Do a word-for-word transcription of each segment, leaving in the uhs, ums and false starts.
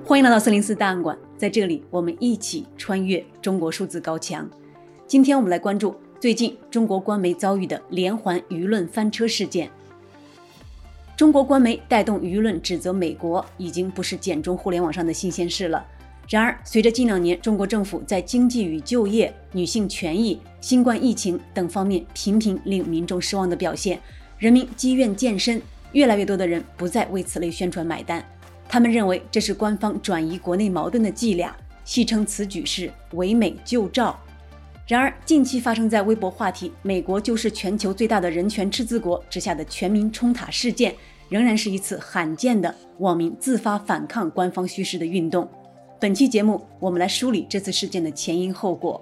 欢迎来到四零四档案馆，在这里我们一起穿越中国数字高墙。今天我们来关注最近中国官媒遭遇的连环舆论翻车事件。中国官媒带动舆论指责美国已经不是简中互联网上的新鲜事了。然而，随着近两年中国政府在经济与就业、女性权益、新冠疫情等方面频频令民众失望的表现，人民积怨渐深，越来越多的人不再为此类宣传买单。他们认为这是官方转移国内矛盾的伎俩，戏称此举是唯美救赵。然而，近期发生在微博话题“美国就是全球最大的人权赤字国”之下的全民冲塔事件，仍然是一次罕见的网民自发反抗官方叙事的运动。本期节目，我们来梳理这次事件的前因后果。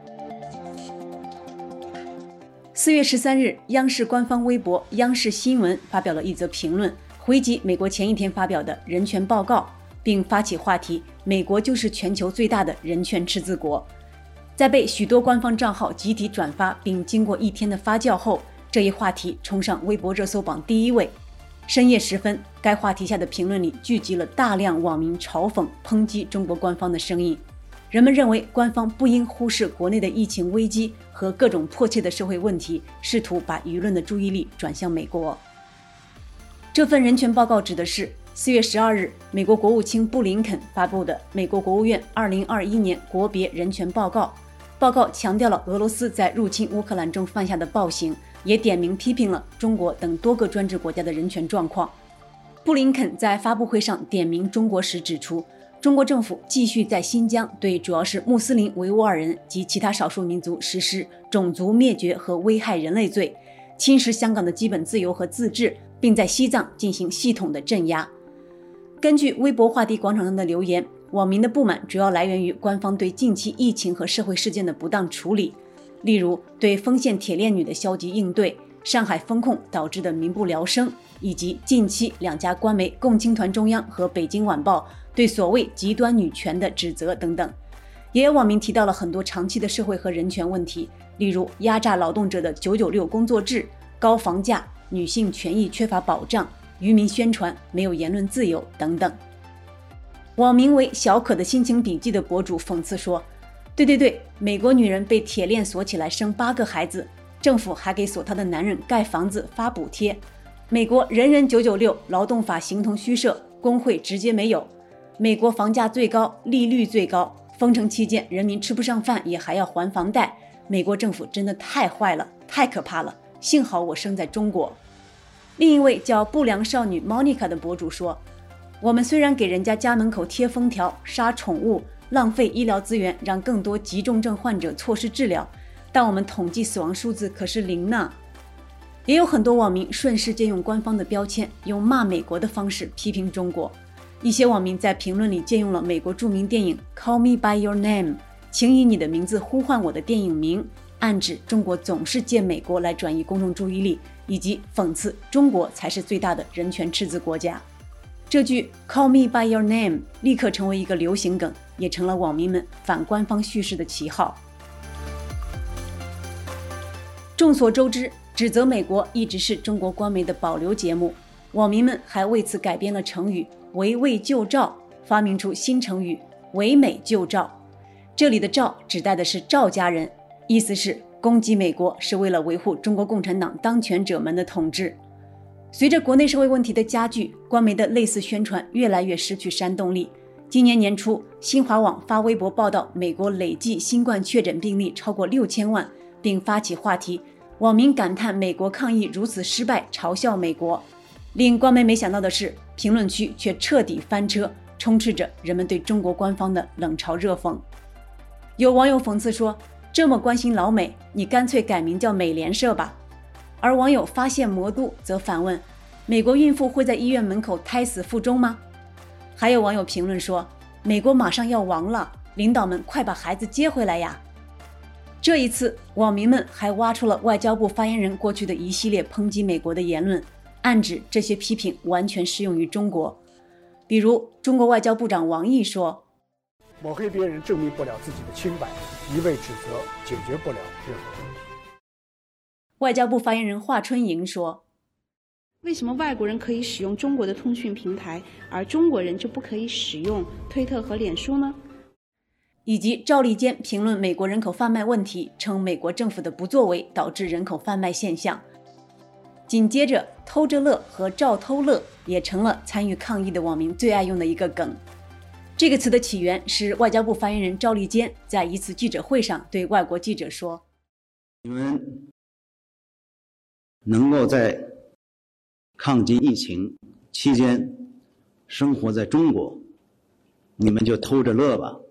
四月十三日，央视官方微博央视新闻发表了一则评论，回击美国前一天发表的人权报告，并发起话题“美国就是全球最大的人权赤字国”。在被许多官方账号集体转发并经过一天的发酵后，这一话题冲上微博热搜榜第一位。深夜时分，该话题下的评论里聚集了大量网民嘲讽、抨击中国官方的声音。人们认为官方不应忽视国内的疫情危机和各种迫切的社会问题，试图把舆论的注意力转向美国。这份人权报告指的是四月十二日美国国务卿布林肯发布的美国国务院二零二一年国别人权报告。报告强调了俄罗斯在入侵乌克兰中犯下的暴行，也点名批评了中国等多个专制国家的人权状况。布林肯在发布会上点名中国时指出，中国政府继续在新疆对主要是穆斯林维吾尔人及其他少数民族实施种族灭绝和危害人类罪，侵蚀香港的基本自由和自治，并在西藏进行系统的镇压。根据微博话题广场上的留言，网民的不满主要来源于官方对近期疫情和社会事件的不当处理，例如对丰县铁链女的消极应对、上海封控导致的民不聊生，以及近期两家官媒共青团中央和北京晚报对所谓极端女权的指责等等。也有网民提到了很多长期的社会和人权问题，例如压榨劳动者的九九六工作制、高房价、女性权益缺乏保障、愚民宣传、没有言论自由等等。网名为小可的心情笔记的博主讽刺说，对对对，美国女人被铁链锁起来生八个孩子，政府还给锁她的男人盖房子发补贴。美国人人九九六，劳动法形同虚设，工会直接没有。美国房价最高，利率最高，封城期间人民吃不上饭也还要还房贷。美国政府真的太坏了，太可怕了，幸好我生在中国。另一位叫不良少女 Monica 的博主说，我们虽然给人家家门口贴封条、杀宠物、浪费医疗资源，让更多急重症患者错失治疗，但我们统计死亡数字可是零呢。也有很多网民顺势借用官方的标签，用骂美国的方式批评中国。一些网民在评论里借用了美国著名电影 Call Me By Your Name， 请以你的名字呼唤我的电影名，暗指中国总是借美国来转移公众注意力，以及讽刺中国才是最大的人权赤字国家。这句 Call Me By Your Name 立刻成为一个流行梗，也成了网民们反官方叙事的旗号。众所周知，指责美国一直是中国官媒的保留节目，网民们还为此改编了成语唯魏救赵，发明出新成语唯美救赵。这里的赵指代的是赵家人，意思是攻击美国是为了维护中国共产党当权者们的统治。随着国内社会问题的加剧，官媒的类似宣传越来越失去煽动力。今年年初，新华网发微博报道美国累计新冠确诊病例超过六千万，并发起话题，网民感叹美国抗疫如此失败，嘲笑美国。令官媒没想到的是，评论区却彻底翻车，充斥着人们对中国官方的冷嘲热讽。有网友讽刺说，这么关心老美，你干脆改名叫美联社吧。而网友发现魔都则反问，美国孕妇会在医院门口胎死腹中吗？还有网友评论说，美国马上要亡了，领导们快把孩子接回来呀。这一次，网民们还挖出了外交部发言人过去的一系列抨击美国的言论，暗指这些批评完全适用于中国。比如中国外交部长王毅说， 抹黑别人证明不了自己的清白，一味指责解决不了任何问题。 外交部发言人华春莹说， 为什么外国人可以使用中国的通讯平台，而中国人就不可以使用推特和脸书呢？ 以及赵立坚评论美国人口贩卖问题，称美国政府的不作为导致人口贩卖现象。紧接着，偷着乐和赵偷乐也成了参与抗议的网民最爱用的一个梗。这个词的起源是外交部发言人赵立坚在一次记者会上对外国记者说： 你们能够在抗击疫情期间生活在中国，你们就偷着乐吧。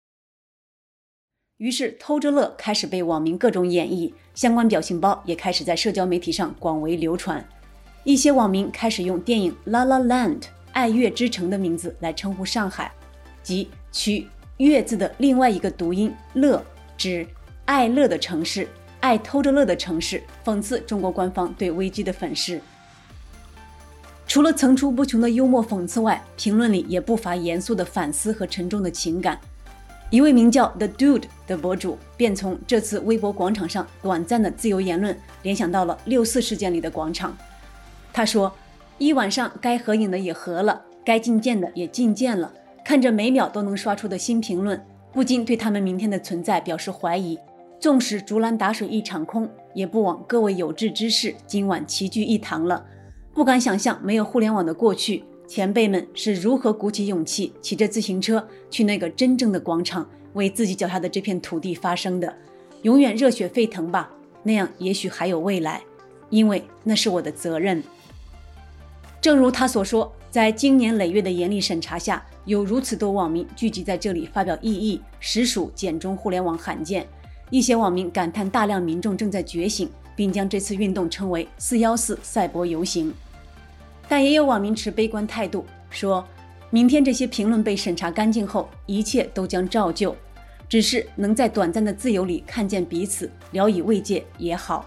于是偷着乐开始被网民各种演绎，相关表情包也开始在社交媒体上广为流传。一些网民开始用电影 La La Land 爱乐之城的名字来称呼上海，即取乐字的另外一个读音乐，指爱乐的城市，爱偷着乐的城市，讽刺中国官方对危机的粉饰。除了层出不穷的幽默讽刺外，评论里也不乏严肃的反思和沉重的情感。一位名叫 The Dude 的博主便从这次微博广场上短暂的自由言论联想到了六四事件里的广场。他说，一晚上该合影的也合了，该进键的也进键了，看着每秒都能刷出的新评论，不禁对他们明天的存在表示怀疑。纵使竹篮打水一场空，也不枉各位有志之士今晚齐聚一堂了。不敢想象没有互联网的过去，前辈们是如何鼓起勇气，骑着自行车去那个真正的广场，为自己脚下的这片土地发声的。永远热血沸腾吧，那样也许还有未来，因为那是我的责任。正如他所说，在经年累月的严厉审查下，有如此多网民聚集在这里发表异议，实属简中互联网罕见。一些网民感叹大量民众正在觉醒，并将这次运动称为四一四赛博游行。但也有网民持悲观态度，说明天这些评论被审查干净后，一切都将照旧，只是能在短暂的自由里看见彼此，聊以慰藉也好。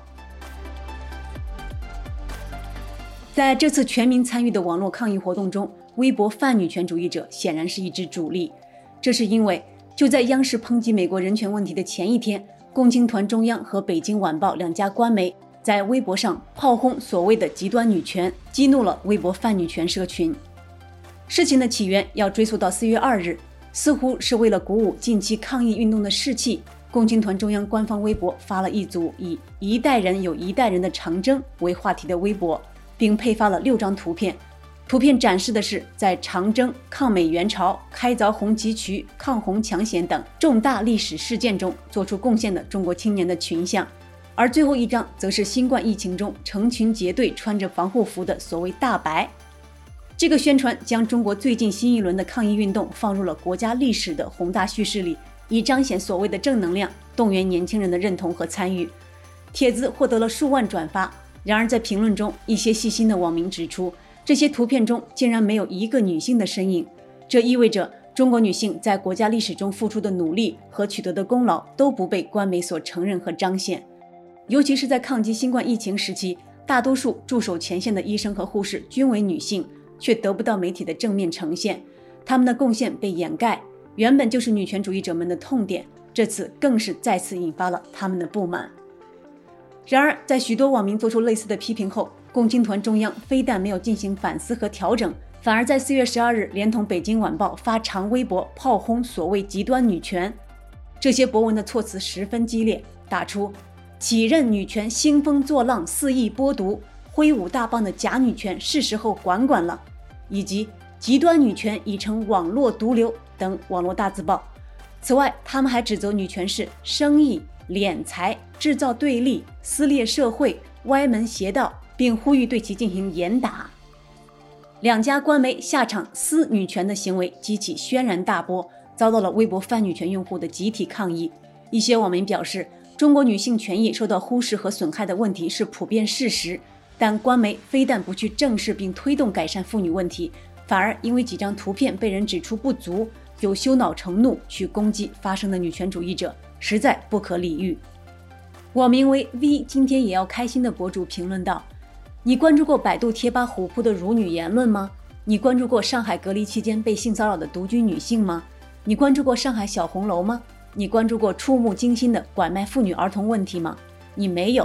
在这次全民参与的网络抗议活动中，微博泛女权主义者显然是一支主力。这是因为就在央视抨击美国人权问题的前一天，共青团中央和北京晚报两家官媒在微博上炮轰所谓的极端女权，激怒了微博泛女权社群。事情的起源要追溯到四月二日，似乎是为了鼓舞近期抗议运动的士气，共青团中央官方微博发了一组以一代人有一代人的长征为话题的微博，并配发了六张图片。图片展示的是在长征、抗美援朝、开凿红旗渠、抗洪抢险等重大历史事件中做出贡献的中国青年的群像，而最后一张则是新冠疫情中成群结队穿着防护服的所谓大白。这个宣传将中国最近新一轮的抗议运动放入了国家历史的宏大叙事里，以彰显所谓的正能量，动员年轻人的认同和参与。帖子获得了数万转发，然而在评论中，一些细心的网民指出，这些图片中竟然没有一个女性的身影，这意味着中国女性在国家历史中付出的努力和取得的功劳都不被官媒所承认和彰显。尤其是在抗击新冠疫情时期，大多数驻守前线的医生和护士均为女性，却得不到媒体的正面呈现，他们的贡献被掩盖，原本就是女权主义者们的痛点，这次更是再次引发了他们的不满。然而，在许多网民做出类似的批评后，共青团中央非但没有进行反思和调整，反而在四月十二日连同北京晚报发长微博炮轰所谓极端女权。这些博文的措辞十分激烈，打出几任女权兴风作浪肆意播毒，挥舞大棒的假女权是时候管管了，以及极端女权已成网络毒瘤等网络大字报。此外，他们还指责女权是生意、敛财、制造对立、撕裂社会、歪门邪道，并呼吁对其进行严打。两家官媒下场撕女权的行为激起轩然大波，遭到了微博泛女权用户的集体抗议。一些网民表示，中国女性权益受到忽视和损害的问题是普遍事实，但官媒非但不去正视并推动改善妇女问题，反而因为几张图片被人指出不足，就羞恼成怒去攻击发声的女权主义者，实在不可理喻。网名为 V 今天也要开心的博主评论道，你关注过百度贴吧虎扑的辱女言论吗？你关注过上海隔离期间被性骚扰的独居女性吗？你关注过上海小红楼吗？你关注过触目惊心的拐卖妇女儿童问题吗？你没有，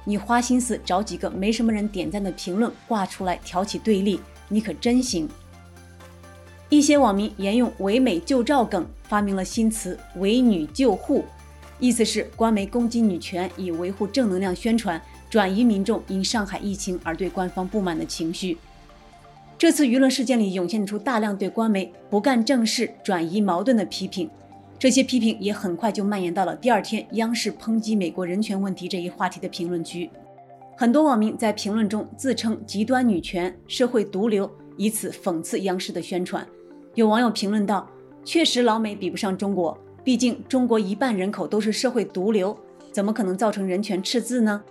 你花心思找几个没什么人点赞的评论挂出来挑起对立，你可真行。一些网民沿用唯美救赵梗，发明了新词唯女救护，意思是官媒攻击女权，以维护正能量宣传，转移民众因上海疫情而对官方不满的情绪。这次舆论事件里涌现出大量对官媒不干正事、转移矛盾的批评，这些批评也很快就蔓延到了第二天央视抨击美国人权问题这一话题的评论区。很多网民在评论中自称极端女权、社会毒瘤，以此讽刺央视的宣传。有网友评论道，确实老美比不上中国，毕竟中国一半人口都是社会毒瘤，怎么可能造成人权赤字呢？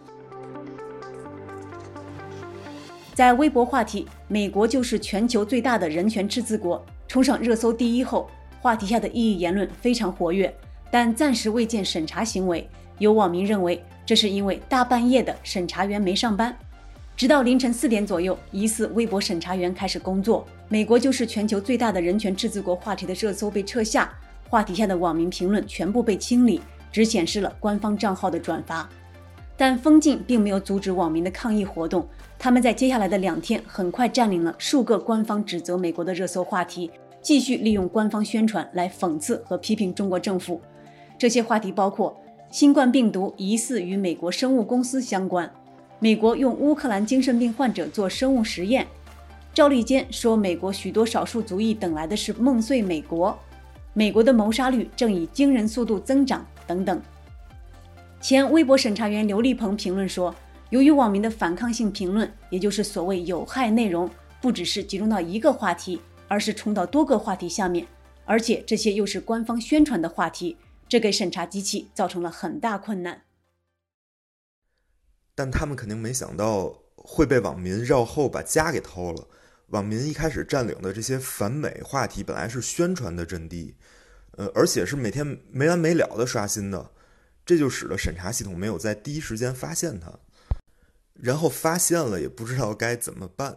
在微博话题美国就是全球最大的人权赤字国冲上热搜第一后，话题下的异议言论非常活跃，但暂时未见审查行为。有网民认为这是因为大半夜的审查员没上班。直到凌晨四点左右，疑似微博审查员开始工作，美国就是全球最大的人权赤字国话题的热搜被撤下，话题下的网民评论全部被清理，只显示了官方账号的转发。但封禁并没有阻止网民的抗议活动，他们在接下来的两天很快占领了数个官方指责美国的热搜话题，继续利用官方宣传来讽刺和批评中国政府。这些话题包括新冠病毒疑似与美国生物公司相关，美国用乌克兰精神病患者做生物实验，赵立坚说美国许多少数族裔等来的是梦碎美国，美国的谋杀率正以惊人速度增长等等。前微博审查员刘立鹏评论说，由于网民的反抗性评论，也就是所谓有害内容，不只是集中到一个话题，而是冲到多个话题下面，而且这些又是官方宣传的话题，这给审查机器造成了很大困难。 但他们肯定没想到会被网民绕后把家给偷了。网民一开始占领的这些反美话题本来是宣传的阵地，呃，而且是每天没完没了的刷新的，这就使得审查系统没有在第一时间发现它，然后发现了也不知道该怎么办。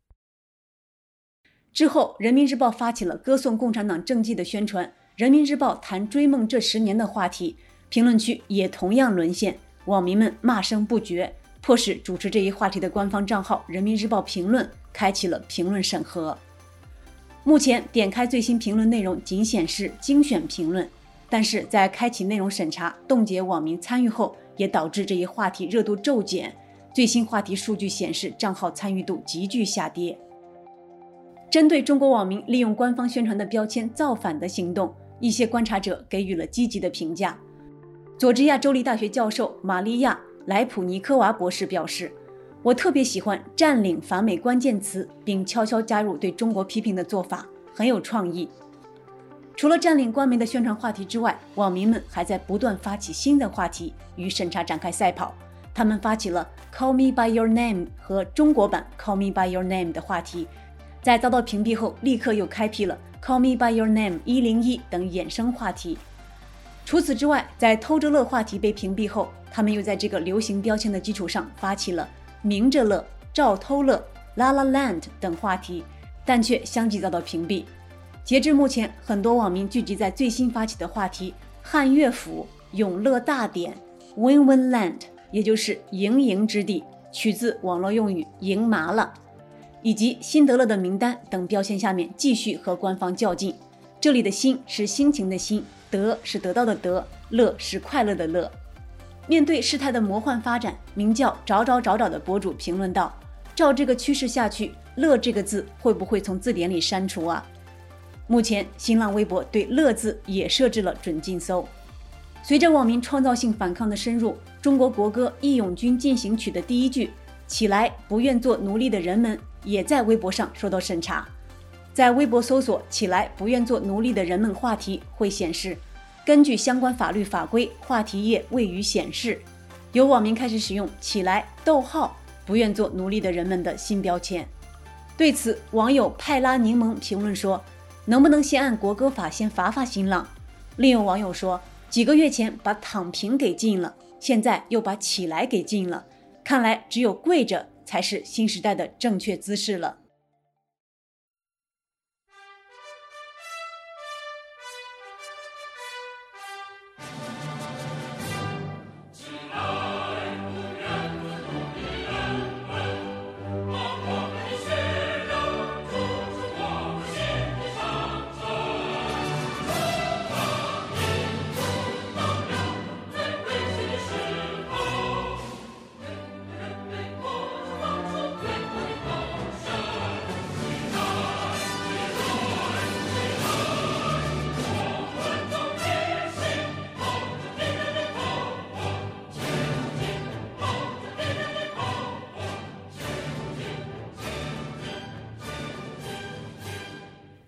之后人民日报发起了歌颂共产党政绩的宣传，人民日报谈追梦这十年的话题，评论区也同样沦陷，网民们骂声不绝，迫使主持这一话题的官方账号人民日报评论开启了评论审核。目前点开最新评论内容仅显示精选评论，但是在开启内容审查冻结网民参与后，也导致这一话题热度骤减，最新话题数据显示账号参与度急剧下跌。针对中国网民利用官方宣传的标签造反的行动，一些观察者给予了积极的评价。佐治亚州立大学教授玛利亚·莱普尼科娃博士表示，我特别喜欢占领反美关键词并悄悄加入对中国批评的做法，很有创意。除了占领官媒的宣传话题之外，网民们还在不断发起新的话题，与审查展开赛跑。他们发起了 Call Me By Your Name 和中国版 Call Me By Your Name 的话题，在遭到屏蔽后立刻又开辟了 Call Me By Your Name 一零一等衍生话题。除此之外，在偷着乐话题被屏蔽后，他们又在这个流行标签的基础上发起了明着乐、照偷乐、La La Land 等话题，但却相继遭到屏蔽。截至目前，很多网民聚集在最新发起的话题汉乐府、永乐大典、Win Win Land， 也就是赢赢之地，取自网络用语赢麻了，以及辛德勒的名单等标签下面继续和官方较劲。这里的辛是心情的辛，得是得到的得，乐是快乐的乐。面对事态的魔幻发展，名叫找找找找的博主评论道，照这个趋势下去，乐这个字会不会从字典里删除啊？目前新浪微博对乐字也设置了准禁搜。随着网民创造性反抗的深入，中国国歌《义勇军进行曲》的第一句起来不愿做奴隶的人们也在微博上受到审查。在微博搜索起来不愿做奴隶的人们话题，会显示根据相关法律法规，话题页未予显示。有网民开始使用起来逗号不愿做奴隶的人们的新标签。对此，网友派拉柠檬评论说，能不能先按国歌法先罚罚新浪？另有网友说，几个月前把躺平给禁了，现在又把起来给禁了，看来只有跪着才是新时代的正确姿势了。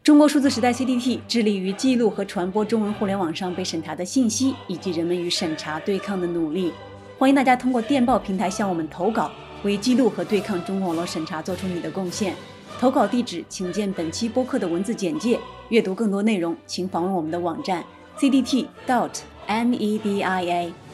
中国数字时代 C D T 致力于记录和传播中文互联网上被审查的信息，以及人们与审查对抗的努力。欢迎大家通过电报平台向我们投稿，为记录和对抗中国网络审查做出你的贡献。投稿地址请见本期播客的文字简介。阅读更多内容，请访问我们的网站 c d t dot media。